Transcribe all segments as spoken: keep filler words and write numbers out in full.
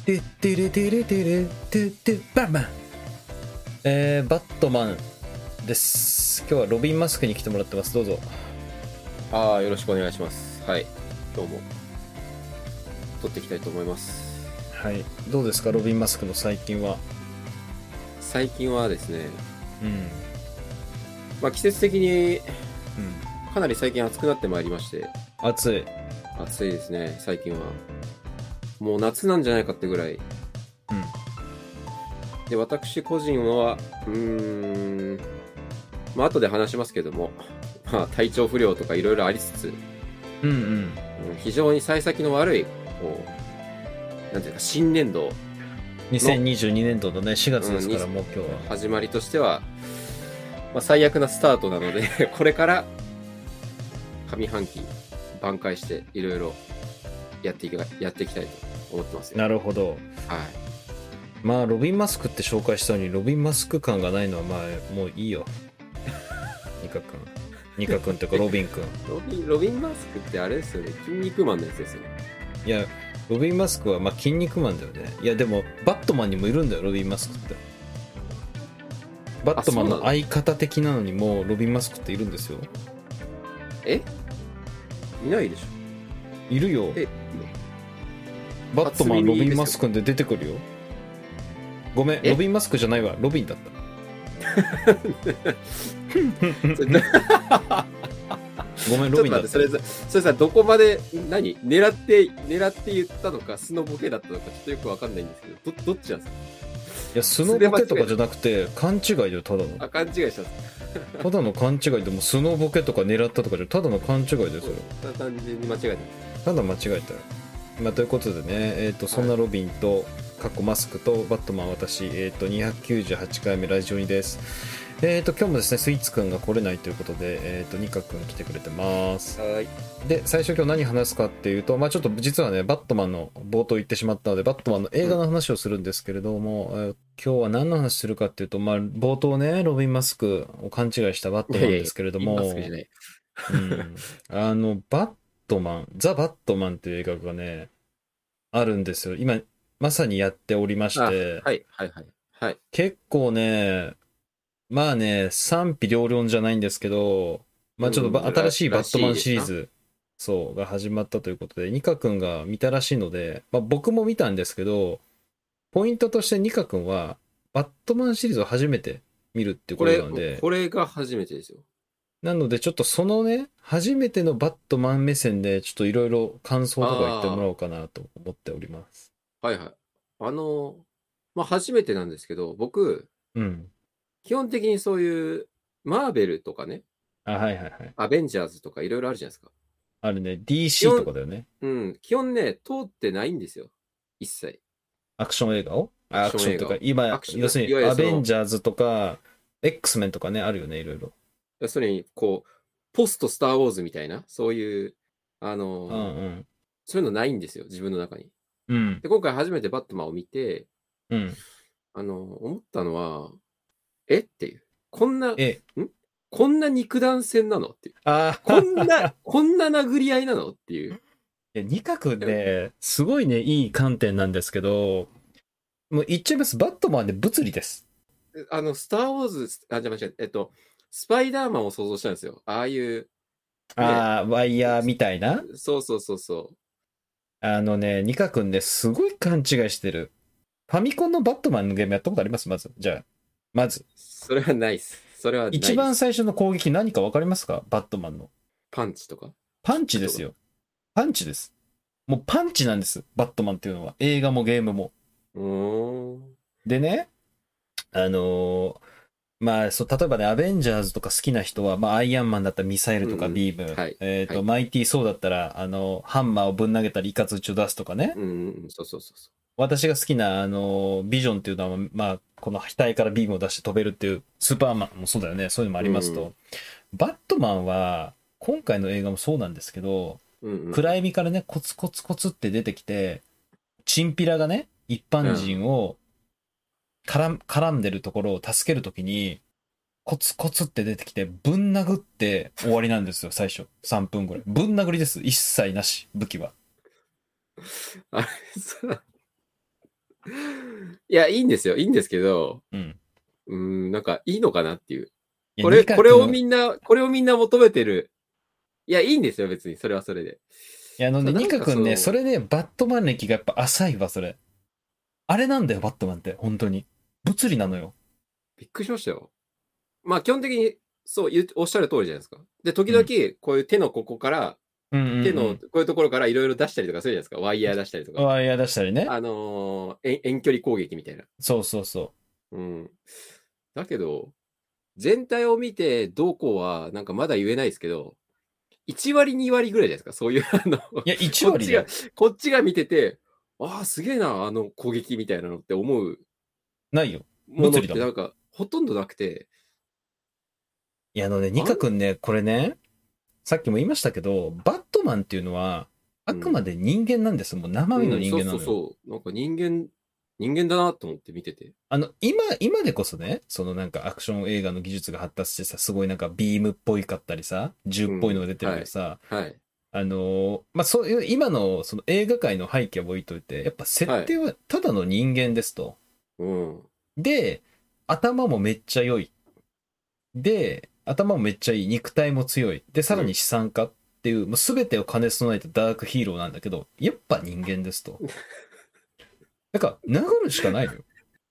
テテレテレテレテテバンバン。えー、バットマンです。今日はロビン・マスクに来てもらってます。どうぞ。 ああ、よろしくお願いします。はい、今日も撮っていきたいと思います。 はい、どうですかロビン・マスクの最近は。 最近はですね、 うんまあ季節的にうんかなり最近暑くなってまいりまして、 暑い。 暑いですね。最近はもう夏なんじゃないかってぐらいうんで、私個人はうーんまあ後で話しますけども、まあ体調不良とかいろいろありつつ、 うんうんうん非常に幸先の悪いこうなんていうか新年度にせんにじゅうにねんどのねしがつですから、 うんもう今日は始まりとしては、まあ、最悪なスタートなのでこれから上半期挽回していろいろやっていきやっていきたいと思ってますよ。 なるほど。 はい。 まあロビン・マスクって紹介したのにロビン・マスク感がないのはまあもういいよ。ニカ君ニカ君っていうかロビン君ロビンロビンマスクってあれですよね、筋肉マンのやつですよね。 いやロビン・マスクはまあ筋肉マンだよね。いやでもバットマンにもいるんだよロビン・マスクって。バットマンの相方的なのにもロビン・マスクっているんですよ。 えいないでしょ。 いるよ。 えバットマンロビン・マスクで出てくるよ。ごめんロビン・マスクじゃないわ、ロビンだったごめんロビンだった。 それそれさ、どこまで何狙って狙って言ったのか素のボケだったのかちょっとよくわかんないんですけど、どどっちなんですか。 いや素のボケとかじゃなくて勘違いだよ。ただのあ勘違いしたんですただの勘違いでも素のボケとか狙ったとかじゃただの勘違いだよそれ。 単純に間違えただ間違えたよ。まあ、ということでね、えー、とそんなロビンと、かっこマスクとバットマン私、えー、とにひゃくきゅうじゅうはちかいめラジオにです。えー、と今日もですねスイーツくんが来れないということで、えー、とニカくん来てくれてます。 はい。 で最初今日何話すかっていうと、まあ、ちょっと実はねバットマンの冒頭言ってしまったのでバットマンの映画の話をするんですけれども、うん、えー今日は何の話するかっていうと、まあ、冒頭ねロビン・マスクを勘違いしたバットマンですけれども、 いやいやいやマスクじゃないうん、あのバットマンザ・バットマンっていう映画がねあるんですよ。今まさにやっておりまして、 はいはいはいはい。 結構ねまあね賛否両論じゃないんですけど、まあちょっと新しいバットマンシリーズそうが始まったということでニカ君が見たらしいので、まあ、僕も見たんですけど、ポイントとしてニカ君はバットマンシリーズを初めて見るっていうことなんで、 これこれが初めてですよ。 なのでちょっとそのね初めてのバットマン目線でちょっといろいろ感想とか言ってもらおうかなと思っております。 はいはい。あのまあ初めてなんですけど、僕うん基本的にそういうマーベルとかね、 あはいはいはいアベンジャーズとかいろいろあるじゃないですか。 あるね ディーシー とかだよね。 うん、基本ね通ってないんですよ一切。 アクション映画をあアクションとか今要するにアベンジャーズとか X メンとかねあるよねいろいろ。 要するにこうポストスター・ウォーズみたいなそういうあの、 うんうん、 そういうのないんですよ自分の中に。 うん、 で今回初めてバットマンを見て、 うん、 あの思ったのはえっていうこんなえんこんな肉弾戦なのっていうあこんなこんな殴り合いなのっていう。 いやニカ君ねすごいねいい観点なんですけど、もう言っちゃいます。バットマンで物理です。 あのスター・ウォーズあじゃ間違ええっとスパイダーマンを想像したんですよ。ああいう、ね、 ああワイヤーみたいな。 そうそうそうそう。 あのねニカ君ねすごい勘違いしてる。ファミコンのバットマンのゲームやったことあります？まずじゃあまずそれはないっす。それはないです。 一番最初の攻撃何か分かりますか？バットマンのパンチとかパンチですよ。パンチです。もうパンチなんですバットマンっていうのは。映画もゲームも。 うーんでねあのーまあそう例えばねアベンジャーズとか好きな人は、まあ、アイアンマンだったらミサイルとかビーム、 うんうんはい、 えっ、ー、と、 はい、 マイティーソーだったらあのハンマーをぶん投げたりイカズチを出すとかね、 うんうんそうそうそうそう。 私が好きなあのビジョンっていうのは、まあ、この額からビームを出して飛べるっていうスーパーマンもそうだよね。そういうのもありますと、うん、バットマンは今回の映画もそうなんですけど、うんうん、暗闇からねコツコツコツって出てきてチンピラがね一般人を絡ん、絡んでるところを助けるときにコツコツって出てきてぶん殴って終わりなんですよ。最初さんぷんぐらいぶん殴りです。一切なし武器は。 あれさいや、いいんですよ。いいんですけど、 うん。 うーん、なんかいいのかなっていう。 いや、 これ、 ニカ君、 これをいみんな、これをみんな求めてる。いや、いいんですよ、別に。それはそれで。 や、あのね、 ただなんニカ君ね、 かその、 それね、バットマン歴がやっぱ浅いわ、それ。あれなんだよ、バットマンって。本当に。物理なのよ。 びっくりしましたよ。まあ、基本的に、そう言う、おっしゃる通りじゃないですか。で、時々、 うん。 こういう手のここから、 うんうん手のこういうところからいろいろ出したりとかするじゃないですか。ワイヤー出したりとうん。 か。 ワイヤー出したりね。 あのー遠遠距離攻撃みたいな。 そうそうそうん。だけど、全体を見てどうこうは、なんかまだ言えないですけど、いち割に割ぐらいじゃないですか。そういう、あの、 う。いや、1 こっちが、 割だよ。 こっちが見てて、ああ、すげえな、あの攻撃みたいなのって思うないよ。 ものっ物理だもん。 てなんか、ほとんどなくて、 いや、あのね、ニあんカ君ね、これね、さっきも言いましたけど、バットマンっていうのは、あくまうん。 で人間なんです。もう生身のうん、そう人間なのよ。 そうそう。なんか人間、人間だなと思って見てて。 あの、今、今でこそね、そのなんかアクション映画の技術が発達してさ、すごいなんかビームっぽいかったりさ、銃っうん。 ぽいのが出てるはい。 けどさ、 はい。 あのーまあ、そういう、今のその映画界の背景を置いといて、やっぱ設はい。 定はただの人間ですと。 うん。 で、頭もめっちゃ良い。で、頭もめっちゃいい。肉体も強い。で、さらにうん。 資産家っていう、もう全てを兼ね備えたダークヒーローなんだけど、やっぱ人間ですと。だから、殴るしかないのよ。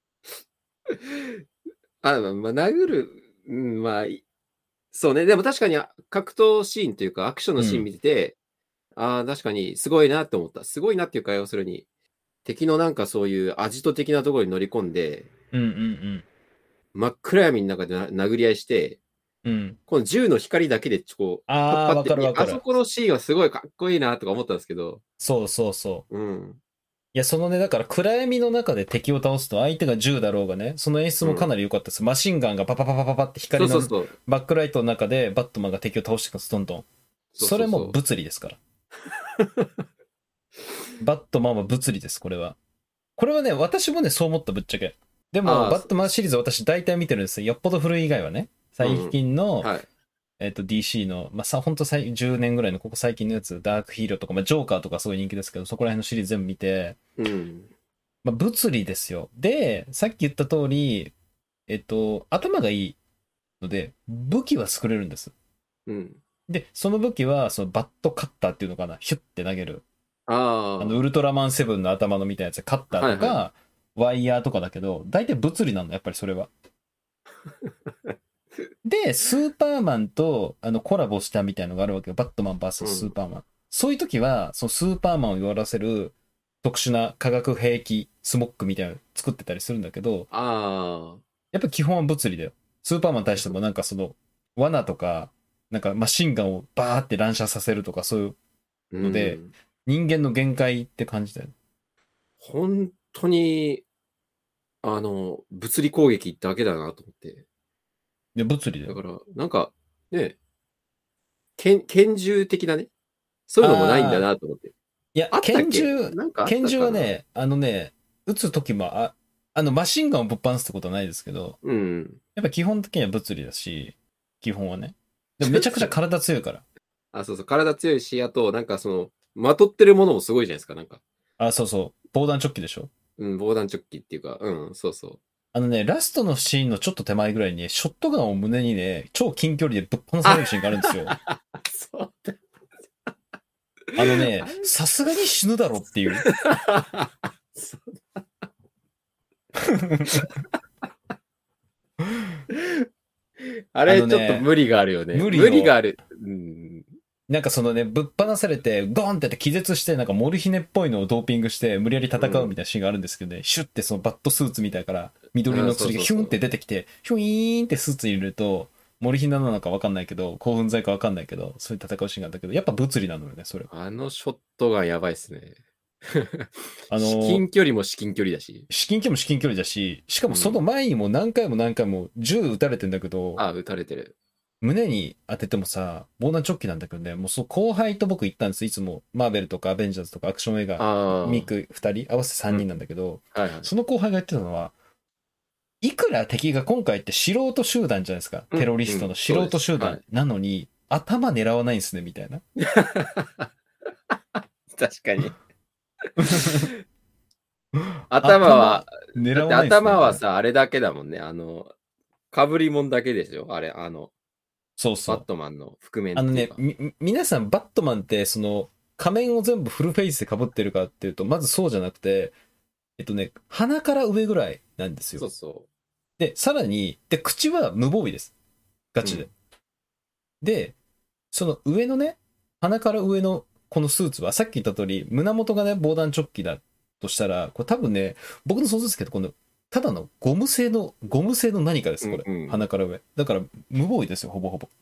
あ、まあ、まあ殴る、うん、まあ、いそうね。でも確かにあ格闘シーンというか、アクションのシーンうん。 見てて、ああ、確かにすごいなって思った。すごいなっていうか、要するに、敵のなんかそういうアジト的なところに乗り込んで、 うんうん真っ暗闇の中でな殴り合いして、 うん。うん。 この銃の光だけで、こう、パッあー、わパって、いや、 かるわかる。 あそこのシーンはすごいかっこいいなとか思ったんですけど、 そうそうそう。 うん。 いや、そのね、だから暗闇の中で敵を倒すと相手が銃だろうがね、その演出もかうん。 なり良かったです。マシンガンがパパパパパパって光のそうそうそう。 バックライトの中でバットマンが敵を倒していくんです、どんどん。 そうそれもそうそう。 物理ですから。バットマンは物理です、これは。これはね、私もね、そう思った、ぶっちゃけ。でも、 ああ、 バッそ、 トマンシリーズ私大体見てるんですよ。よっぽど古い以外はね。最うん。 近の、 はい。 えっと、ディーシー の、まあ、さ、ほんと最じゅうねんぐらいのここ最近のやつ、ダークヒーローとか、まあ、ジョーカーとかすごい人気ですけど、そこら辺のシリーズ全部見て、 うん。 まあ、物理ですよ。で、さっき言った通り、えっと、頭がいいので、武器は作れるんです。 うん。 で、その武器は、そのバットカッターっていうのかな、ヒュッて投げる。あの、 あウルトラマンセブンの頭のみたいなやつ、カッタあ、はいはい。 ーとか、ワイヤーとかだけど、大体物理なの、やっぱりそれは。で、スーパーマンとあのコラボしたみたいのがあるわけよ。バットマン ブイエスうん。 ススーパーマン。そういう時は、そのスーパーマンを弱らせる特殊な化学兵器、スモックみたいなの作ってたりするんだけど、 ああ、 やっぱ基本は物理だよ。スーパーマンに対してもなんかその、罠とか、なんかマシンガンをバーって乱射させるとかそういううので、 ん。 人間の限界って感じだよ。 本当に、あの、物理攻撃だけだなと思って。 で、物理だよ。 だから、なんか、ね、拳、拳銃的なね、そういうのもないんだあー、 なと思って。 いや、 あったっ拳銃、 けなんかあっ拳たかな。 銃はね、あのね、撃つ時も、あ、あの、マシンガンをぶっ放すってことはないですけど、 うん。 やっぱ基本的には物理だし、基本はね。でもめちゃくちゃ体強いから。 あ、そうそう、体強いし、あと、なんかその、まとってるものもすごいじゃないですか、なんか。 あ、そうそう。防弾チョッキでしょ。 うん、防弾チョッキっていうか、うん、そうそあのね、ラストのシーンのちょっと手前ぐらいにね、ショットガンを胸にね、超近距離でぶっ放う。あ、 されるシーンがあるんですよ。 そうだ。 あのね、 あれさすがに死ぬだろっていう。 そうああれ、 のね、 ちょっと無理があるよね。無理が無理よ。 ある。うん。 なんかそのね、ぶっ放されて、ゴーンってやって気絶して、なんかモルヒネっぽいのをドーピングして、無理やり戦うみうん。 たいなシーンがあるんですけどね、シュッてそのバットスーツみたいから、緑あ、 のそう薬がヒュンってそうそう。 出てきて、ヒュイーンってスーツに入れると、モルヒネなのかわかんないけど、興奮剤かわかんないけど、そういう戦うシーンがあったけど、やっぱ物理なのよね、それ。 あのショットガンやばいっすね。 あ至の、 近距離も至近距離だし。 至近距離も至近距離だし、しかもそのうん。 前にも何回も何回も銃撃たれてんだけど、 あ、撃たれてる。 胸に当ててもさ、防弾チョッキなんだけどね、もうそう後輩と僕行ったんです。いつもマーベルとかアベンジャーズとかアクション映画、ミああ。 クふたり、合わせて3 うん。 人なんだけど、 はいはい。 その後輩が言ってたのは、いくら敵が今回って素人集団じゃないですか。 うん。 テロリうん。 ストの素そうです。 人集団はい。 なのに、頭狙わないんですね、みたいな。 確かに。 頭は、 狙だってわないですね。 頭はさ、あれだけだもんね。あの、被り物だけですよ。あれ、あの、 そうそう。 バットマンの覆面あのね、 っていうか。 み、み皆さんバットマンってその仮面を全部フルフェイスで被ってるかっていうと、まずそうじゃなくて、えっとね、鼻から上ぐらいなんですよ。 そうそで、さらに、で、口は無防備です。ガう。うチで。 ん。 で、その上のね、鼻から上のこのスーツは、さっき言った通り、胸元がね、防弾チョッキだとしたら、これ多分ね、僕の想像ですけど、この、ただのゴム製の、ゴム製の何かです、これ。 うんうん。 鼻から上。だから、無防備ですよ、ほぼほぼ。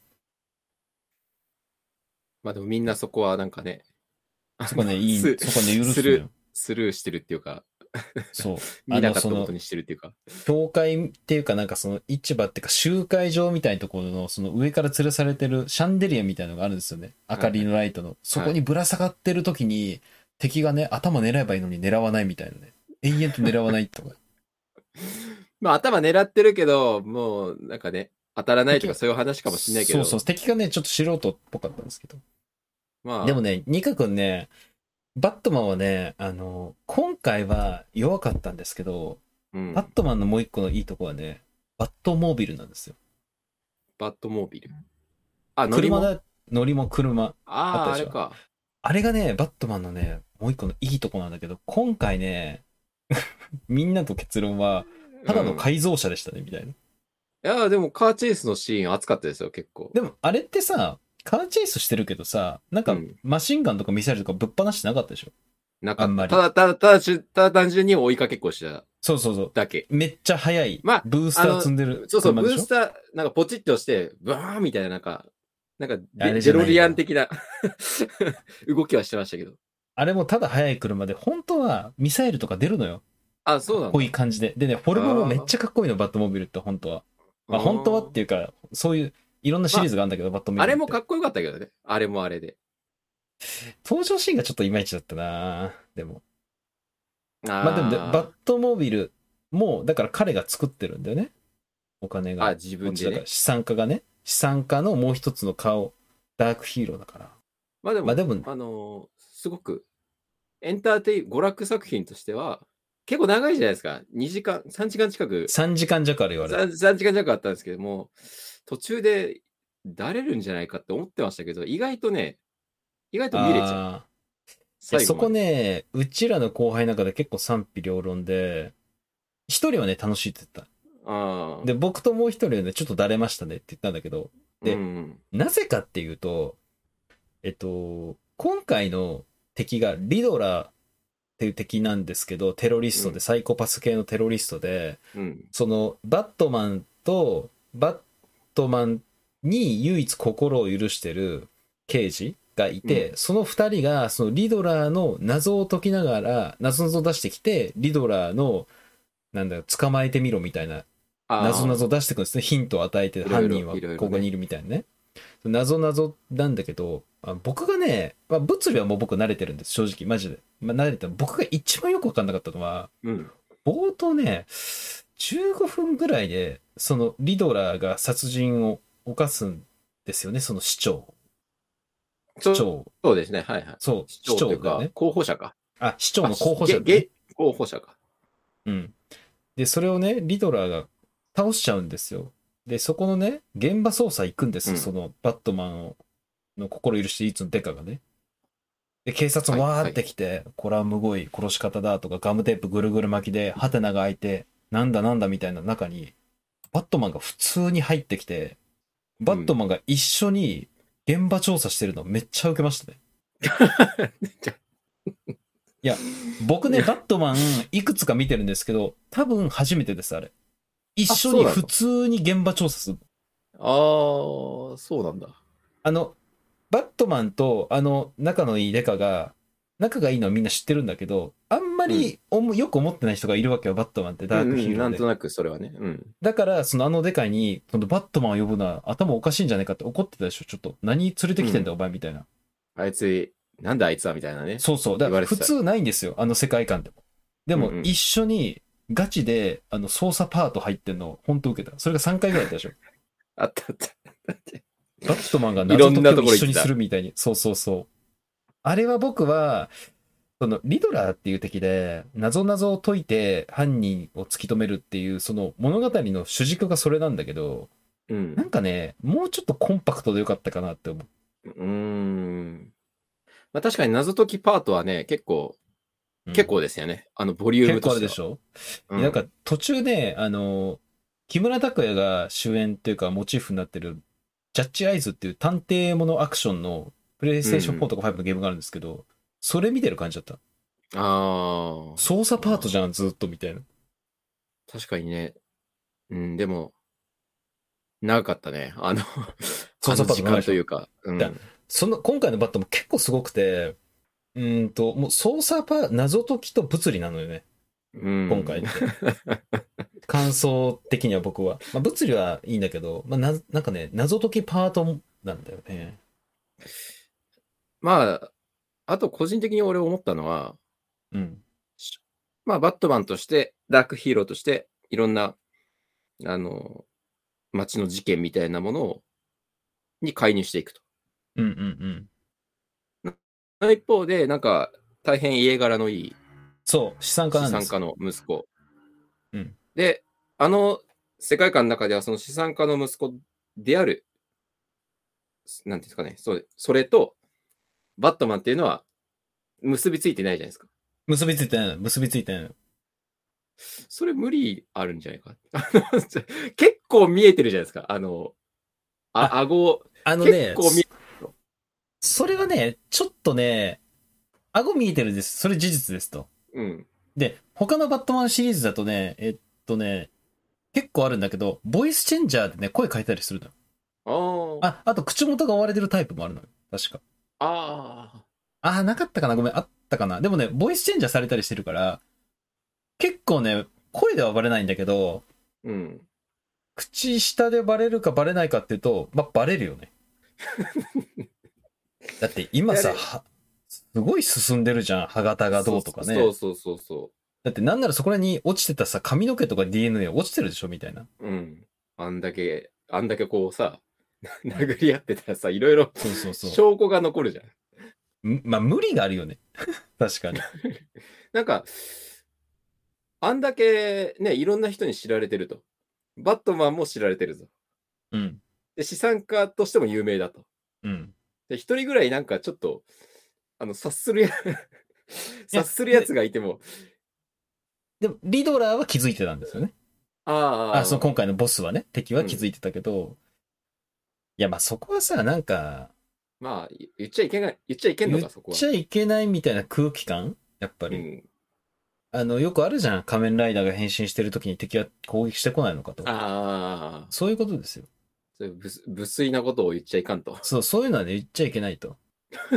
まあでもみんなそこはなんかね、あの、 そこはね、いい、 ス、 そこはね、許スルー、 すのよ。 スルーしてるっていうか、 そう。あの、 見なかっその、 たことにしてるっていうか。 教会っていうかなんかその市場っていうか集会場みたいなところのその上から吊るされてるシャンデリアみたいなのがあるんですよね。明かりはいはい。 のライトの。そこはい。 にぶら下がってる時に敵がね、頭狙えばいいのに狙わないみたいなね。永遠と狙わないとか。 まあ頭狙ってるけど、もうなんかね、当たらないと敵は、 かそういう話かもしれないけど、 そうそう、敵がね、ちょっと素人っぽかったんですけど。でまあ、 もね、ニカ君ね、バットマンはね、あの、今回は弱かったんですけど、 うん。 バットマンのもう一個のいいとこはね、バットモービルなんですよ。 バットモービル。あ、乗り物。 車だ、乗りも車あっああ、 たでしょ。 あれか。 あれがね、バットマンのね、もう一個のいいとこなんだけど、今回ね、みんなと結論は、ただのうん。 改造車でしたね、みたいな。 いや、でもカーチェイスのシーン熱かったですよ、結構。 でも、あれってさ、カーチェイスしてるけどさ、なんか、 うん。 マシンガンとかミサイルとかぶっ放してなかったでしょ。 なかった。 あんまり。 ただ、ただ、ただし、ただ単純に追いかけっこしてたそうそうそう。 だけ。 めっちゃ速い、 まあ、 ブースターあの、 積んでるそうそう、 車でしょ。 ブースター、なんかポチッと押して、ブワーンみたいな、なんか、なんかデ、 あれじゃデロリアンないよ。 的な動きはしてましたけど。 あれもただ速い車で、本当はミサイルとか出るのよ。 あ、 かっこいいそうなんだ。 感じで。でね、フォルムもめっあちゃかっこいいの、バットモービルって本当は。 あ、 まあ本当はっああ。 ていうか、そういういろんなシまあ、 リーズがあるんだけど、バットモーあビルって。 れもかっこよかったけどね。あれもあれで。 登場シーンがちょっといまいちだったなでも。まあでもで、バッあトモービルも、だから彼が作ってるんだよね。お金あ、あ、 が自持ちだから、 分でね。 資産家がね。資産家のもう一つの顔、ダークヒーローだから。 まあでも、 まあでも、 あのーすごく、エンターテイン、娯楽作品としては、結構長いじゃないですか。にじかん、さんじかん近く、 さんじかん弱あるよ、あれ。 さん、さんじかん弱あったんですけども、途中でだれるんじゃないかって思ってましたけど、意外とね、意外と見れちゃう。 ああ。いや、そこ最後まで。 ね、うちらの後輩の中で結構賛否両論で、一人はね、楽しいって言った。 ああ、 で、僕ともう一人はね、ちょっとだれましたねって言ったんだけど、 うで、 ん。 なぜかっていうと、えっと、今回の敵がリドラーっていう敵なんですけど、テロリストで、 うん。 サイコパス系のテロリストで、 うん。 その、バットマンと、バットマンに唯一心を許してる刑事がいて、 うん。 その二人が、そのリドラーの謎を解きながら、謎々を出してきて、リドラーの、なんだよ、捕まえてみろみたいな、謎々 ああ、 を出してくるんですね。ヒントを与えて、 いろいろ、 犯人はいろいろね。 ここにいるみたいなね。謎々なんだけど、あ僕がね、まあ、物理はもう僕慣れてるんです、正直、マジで。まあ、慣れてる。僕が一番よくわかんなかったのは、 うん。 冒頭ね、じゅうごふんぐらいで、そのリドラーが殺人を犯すんですよね、その市長。市そ長。 そうですね。はいはい。 そう、 市市長というか、 長だよね。 候補者か。 あ、市長あ、 の候補者げ、 だね。 げ、候補者か。 うん。で、それをね、リドラーが倒しちゃうんですよ。で、そこのね、現場捜査行くんですよ、そうん。 のバットマンをの心許していつのデカがね。で、警察はい、 もわーっはい。 て来て、これはむごい殺し方だとか、ガムテープぐるぐる巻きで、ハテナが開いて、なんだなんだみたいな中に、バットマンが普通に入ってきて、バットうん。 マンが一緒に現場調査してるのめっちゃ受けましたね。 じゃいや、僕ね、バットマンいくつか見てるんですけど、多分初めてです、あれ。一あ、 緒に普そうなの？ 通に現場調査する。 ああ、そうなんだ。 あの、バットマンとあの仲のいいデカが、仲がいいのはみんな知ってるんだけど、あんまうん。 りよく思ってない人がいるわけよ、バットマンってダークうんうん、 ヒーローで。 なんとなくそれはね。うん。 だから、そのあのデカに、そのバットマンを呼ぶのは頭おかしいんじゃないかって怒ってたでしょ、ちょっと。何連れてきてんだ、 うん。 お前みたいな。 あいつ、なんだあいつはみたいなね。 そうそう。だ言われてた。 から普通ないんですよ、あの世界観でも。でも、一うんうん。 緒にガチで、あの、操作パート入ってんの、本当受けた。それがさんかいぐらいやったでしょ。 あったあった。 バットマンがいろんな謎解きを一緒にすところ行ってた。 るみたいに。そうそうそう。あれは僕は、 そのリドラーっていう敵で、謎々を解いて犯人を突き止めるっていう、その物語の主軸がそれなんだけど、 うんなんかね、もうちょっとコンパクトでよかったかなって思う。 うーん。まあ確かに謎解きパートはね、結構、 うん結構ですよね。あの、ボリュー結ムとしては。 構あれでしょ、 うん。 なんか途中で、あの、木村拓哉が主演っていうかモチーフになってる、ジャッジアイズっていう探偵ものアクションのプレイステーションフォーとかファイブのゲームがあるんですけど、それ見てる感じだった。 ああ。 操作パートじゃん。 ゃん、ずっとみたいな。 確かにね。うん、でも、長かったね。あの、 操あの時作パート長いでしょ。 間というか。うだん。 その、今回のバットも結構すごくて、うーんと、もう操作パー、謎解きと物理なのよね。 うん。 今回って。感想的には僕は。まあ、物理はいいんだけど、まあ、な、なんかね、謎解きパートなんだよね。 まあ、あと個人的に俺思ったのは、 うん。 しまあ、バットマンとして、ダークヒーローとして、いろんな、あの、街の事件みたいなものを、に介入していくと。 うんうんうん。 一方で、なんか、大変家柄のいいそう、資産家なんですよ。 資産家の息子。 うん。 で、あの世界観の中では、その資産家の息子である、なんていうんですかね、それそれと、バットマンっていうのは、結びついてないじゃないですか。 結びついてないの、結びついてないの。 それ無理あるんじゃないか。あの結構見えてるじゃないですか。あの、あ、 あ、 顎、結あのね、 構見えそれはね、ちょっとね、顎見えてるです。それ事実ですと。 うん。 で、他のバットマンシリーズだとね、えっとね、結構あるんだけど、ボイスチェンジャーでね、声変えたりするのよ。 ああ、あと口元が割れてるタイプもあるのよ。確か。 あ、ああ、 あー、なかったかなごめん、あったかなでもね、ボイスチェンジャーされたりしてるから、結構ね、声ではバレないんだけど、 うん。 口下でバレるかバレないかっていうと、まあ、バレるよね。だって今さ、 であれ、 は、すごい進んでるじゃん。歯型がどそううとかね。 そうそうそうそだってなんならそこらに落ちてたさ、髪の毛とか ディーエヌエー 落ちてるでしょみたいな。 う。うん。あんだけ、あんだけこうさ、 うん。 殴り合ってたらさ、いろいろそうそうそ証拠が残るじゃん。 う。んまあ、無理があるよね。確かに。 なんか、あんだけね、いろんな人に知られてると。バットマンも知られてるぞ。 うん。 で、資産家としても有名だと。 うん。 で、一人ぐらいなんかちょっと、あの、察するや、 いや、 察するやで、 つがいても、 でも、リドラーは気づいてたんですよね。あ、そのああ、 今回のボスはね、敵うん。 は気づいてたけど、いや、まあそこはさ、なんか、 まあ、い言っちゃいけない、言っちゃいけんのか、 言っそこは。 ちゃいけないみたいな空気感やっぱり。 うん。 あの、よくあるじゃん。仮面ライダーが変身してる時に敵は攻撃してこないのかと。 ああ、 そういうことですよ。 そういう無無粋なことを言っちゃいかんと。 そう、そういうのはね、言っちゃいけないと。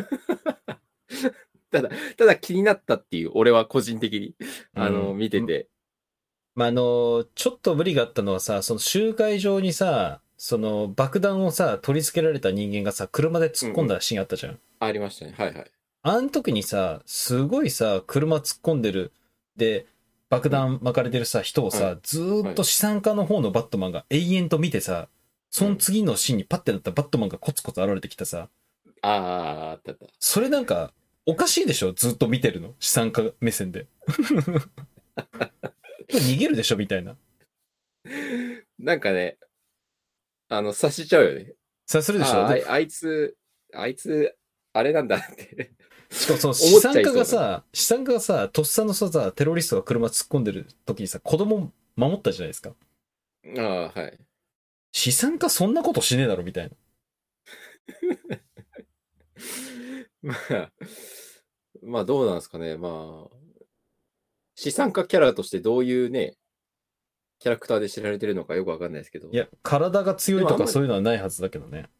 ただ、ただ気になったっていう、俺は個人的に、あの、 うん。 見てて。 まあ、あの、ちょっと無理があったのはさ、その集会場にさ、その爆弾をさ、取り付けられた人間がさ、車で突っ込んうんうん。 だシーンあったじゃん。 ありましたね。はいはい。 あの時にさ、すごいさ、車突っ込んでる。で、爆うん。 弾巻かれてるさ、人をはい。 さ、ずーっはい。 と資産家の方のバットマンが永遠と見てさ、そのうん。 次のシーンにパッてなったバットマンがコツコツ現れてきたさ、 ああ、あったあった。 それなんか、おかしいでしょずっと見てるの。資産家目線で。逃げるでしょみたいな。 なんかね、あの、察しちゃうよね。 さするでしああ、あょで、 いあいつ、あいつ、あれなんだってしかもその資思っちゃ産家いそうな。 がさ、資産家がさ、とっさのさ、テロリストが車突っ込んでる時にさ、子供守ったじゃないですか。 ああ、はい。 資産家そんなことしねえだろみたいな。 まあ、まあどうなんですかね。まあ、資産家キャラとしてどういうね、キャラクターで知られてるのかよくわかんないですけど。 いや、体が強いとでもあんま、 かそういうのはないはずだけどね。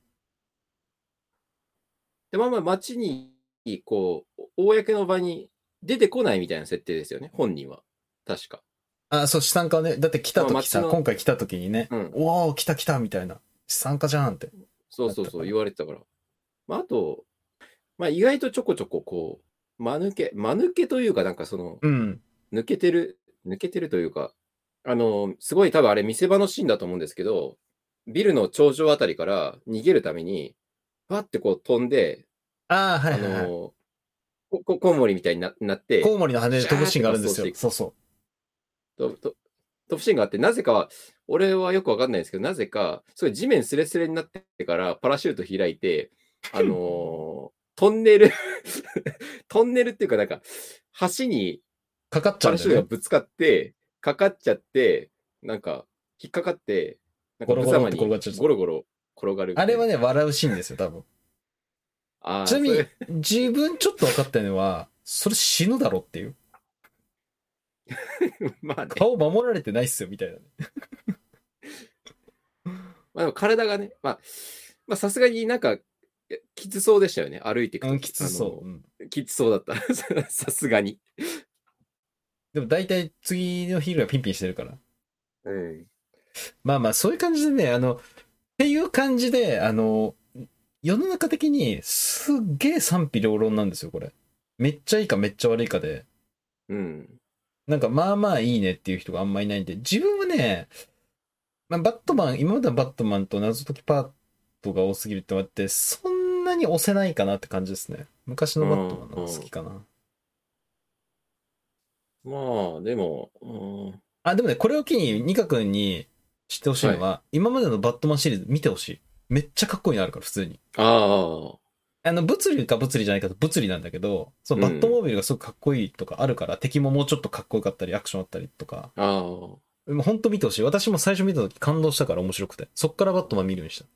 でもあんま街に、こう、公の場に出てこないみたいな設定ですよね。本人は。確か。 あ、そう、資産家はね、だって来たまあ時さ、 街の、 今回来た時にね、 うん。 おー、来た来たみたいな。資産家じゃんってそうそうそう、 なったから。 言われてたから。まああと、まあ意外とちょこちょここう、間抜け、間抜けというかなんかその、 うん。 抜けてる、抜けてるというか、あの、すごい多分あれ見せ場のシーンだと思うんですけど、ビルの頂上あたりから逃げるために、パってこう飛んで、 ああ、はいあはいはい。 の、 ここコウモリみたいにななって、 コウモリの羽で飛ぶシーンがあるんですよ。 シャーってそうそとと飛ぶシーンがあって、なぜかは、俺はよくわかんないですけど、なぜか、それ地面スレスレになってからパラシュート開いて、あのートンネルトンネルっていうかなんか、橋にう。かかっちゃパラシュートがうんだよね。 ぶつかって、かかっちゃって、なんか、引っかかって、なんかゴロゴロっ無様にて転がっちゃう。 ゴロゴロ転がるみたいな。 あれはね、笑うシーンですよ、多分。 ああ、 ちなみにそれ、 自分ちょっと分かったのは、それ死ぬだろっていう。 まあね。 顔守られてないっすよ、みたいなね。 まあでも体がね、まあ、まあさすがになんか、きつそうでしたよね、歩いていくとき。 うん、きつそう。うん。 あのきつそうだった。さすがに。 でも大体次のヒールがピンピンしてるから。 うん。 まあまあ、そういう感じでね、あの、っていう感じで、あの、世の中的にすっげえ賛否両論なんですよ、これ。めっちゃいいかめっちゃ悪いかで。 うん。 なんかまあまあいいねっていう人があんまいないんで、自分はね、まあ、バットマン、今までのバットマンと謎解きパートが多すぎるってのがあって、そんなに押せないかなって感じですね。昔のバットマンの方が好きかな。 まあ、でも、うん、 あ、でもね、これを機に、ニカ君に知ってほしいのは、今までのバットマンシリーズ見てほしい。めっちゃかっこいいのあるから、普通に。 ああ、 あの、物理か物理じゃないかと物理なんだけど、そのバットモービルがすごくかっこいいとかあるから、敵ももうちょっとかっこよかったり、アクションあったりとか。 ああ。 でも本当見てほしい。私も最初見た時感動したから面白くて。そっからバットマン見るようにした。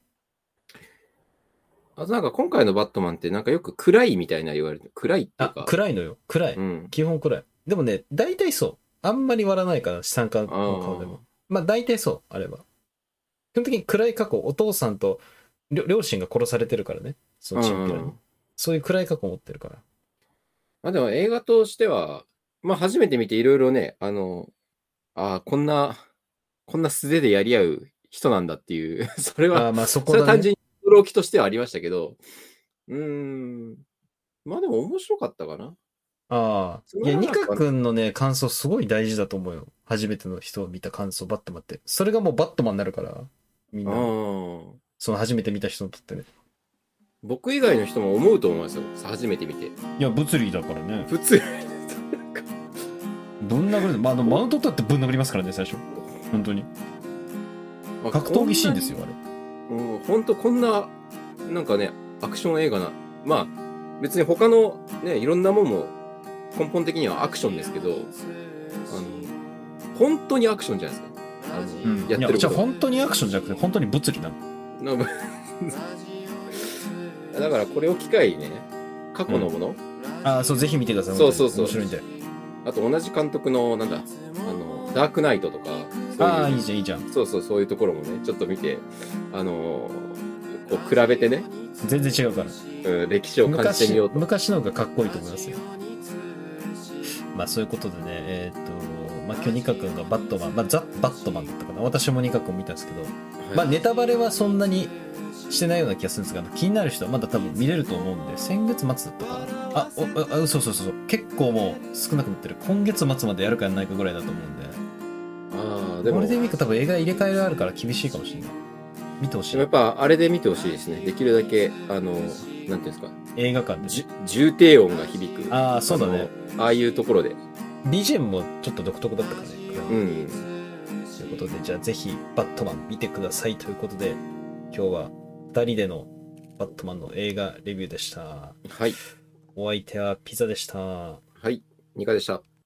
あとなんか今回のバットマンってなんかよく暗いみたいな言われて、暗いっていうあ、 か、 暗いのよ。暗い。 うん。 基本暗い。でもね、大体そう。あんまり割らないから、資産家のああ、 顔でも。まあ大体そう、あれば。基本的に暗い過去、お父さんと両両親が殺されてるからね。そのチンピラに。 うん。 そういう暗い過去を持ってるから。 まあでも映画としては、まあ初めて見ていろいろね、あの、ああ、こんな、こんな素手でやり合う人なんだっていう、それは、 ああ、まあそこだね。 それは単純に驚きとしてはありましたけど、うーん、まあでも面白かったかな。 ああ。 つまいや、ニカらなくは、 君のね、感想すごい大事だと思うよ。初めての人を見た感想、バットマンって。それがもうバットマンになるから、みんあなの。 あ、 その初めて見た人にとってね。 僕以外の人も思うと思いますよ。初めて見て。 いや、物理だからね。 普通、 ぶん殴る。まあ、あの、マウント取ってぶん殴りますからね、最初。本当に。格闘技シーンですよ、あれ。 うん、本当こんな、なんかね、アクション映画な、まあ、別に他のね、いろんなもんも根本的にはアクションですけど、あの、本当にアクションじゃないですか。あの、 うん。 やっていや、 ること。 じゃあ本当にアクションじゃなくて、本当に物理なの。 なんかだからこれを機会にね、過去のもの、 ああ、そう、ぜひ見てください。 そうそうそう面白いんで。 あと同じ監督の、なんだ、あの、ダークナイトとか、そうああ、 いういいじゃん、いいじゃん。 そうそう、そういうところもね、ちょっと見て、あのこう比べてね、 全然違うから。 うん、歴史を感じてみようと。 昔の方がかっこいいと思いますよ。まあそういうことでね、えーっと、まあ今日ニカ君がバットマン、まあザ・バットマンだったかな。私もニカ君見たんですけど、まあネタバレはそんなにしてないような気がするんですが、気になる人はまだ多分見れると思うんで、先月末だったかな。あ、おあ、嘘そうそうそう。結構もう少なくなってる。今月末までやるかやらないかぐらいだと思うんで。 ああ、でも、 ゴールデンウィーク多分映画入れ替えがあるから厳しいかもしれない。見てほしいでもやっ。ぱあれで見てほしいですね。できるだけ、あの、なんていうんですか、 映画館で。 じ重低音が響く。 ああ、そうだね。 あの。ああいうところで。 ビージーエム もちょっと独特だったからね。 うん。 ということで、じゃあぜひバットマン見てくださいということで、今日はふたりでのバットマンの映画レビューでした。 はい。 お相手はピザでした。 はい。ニカでした。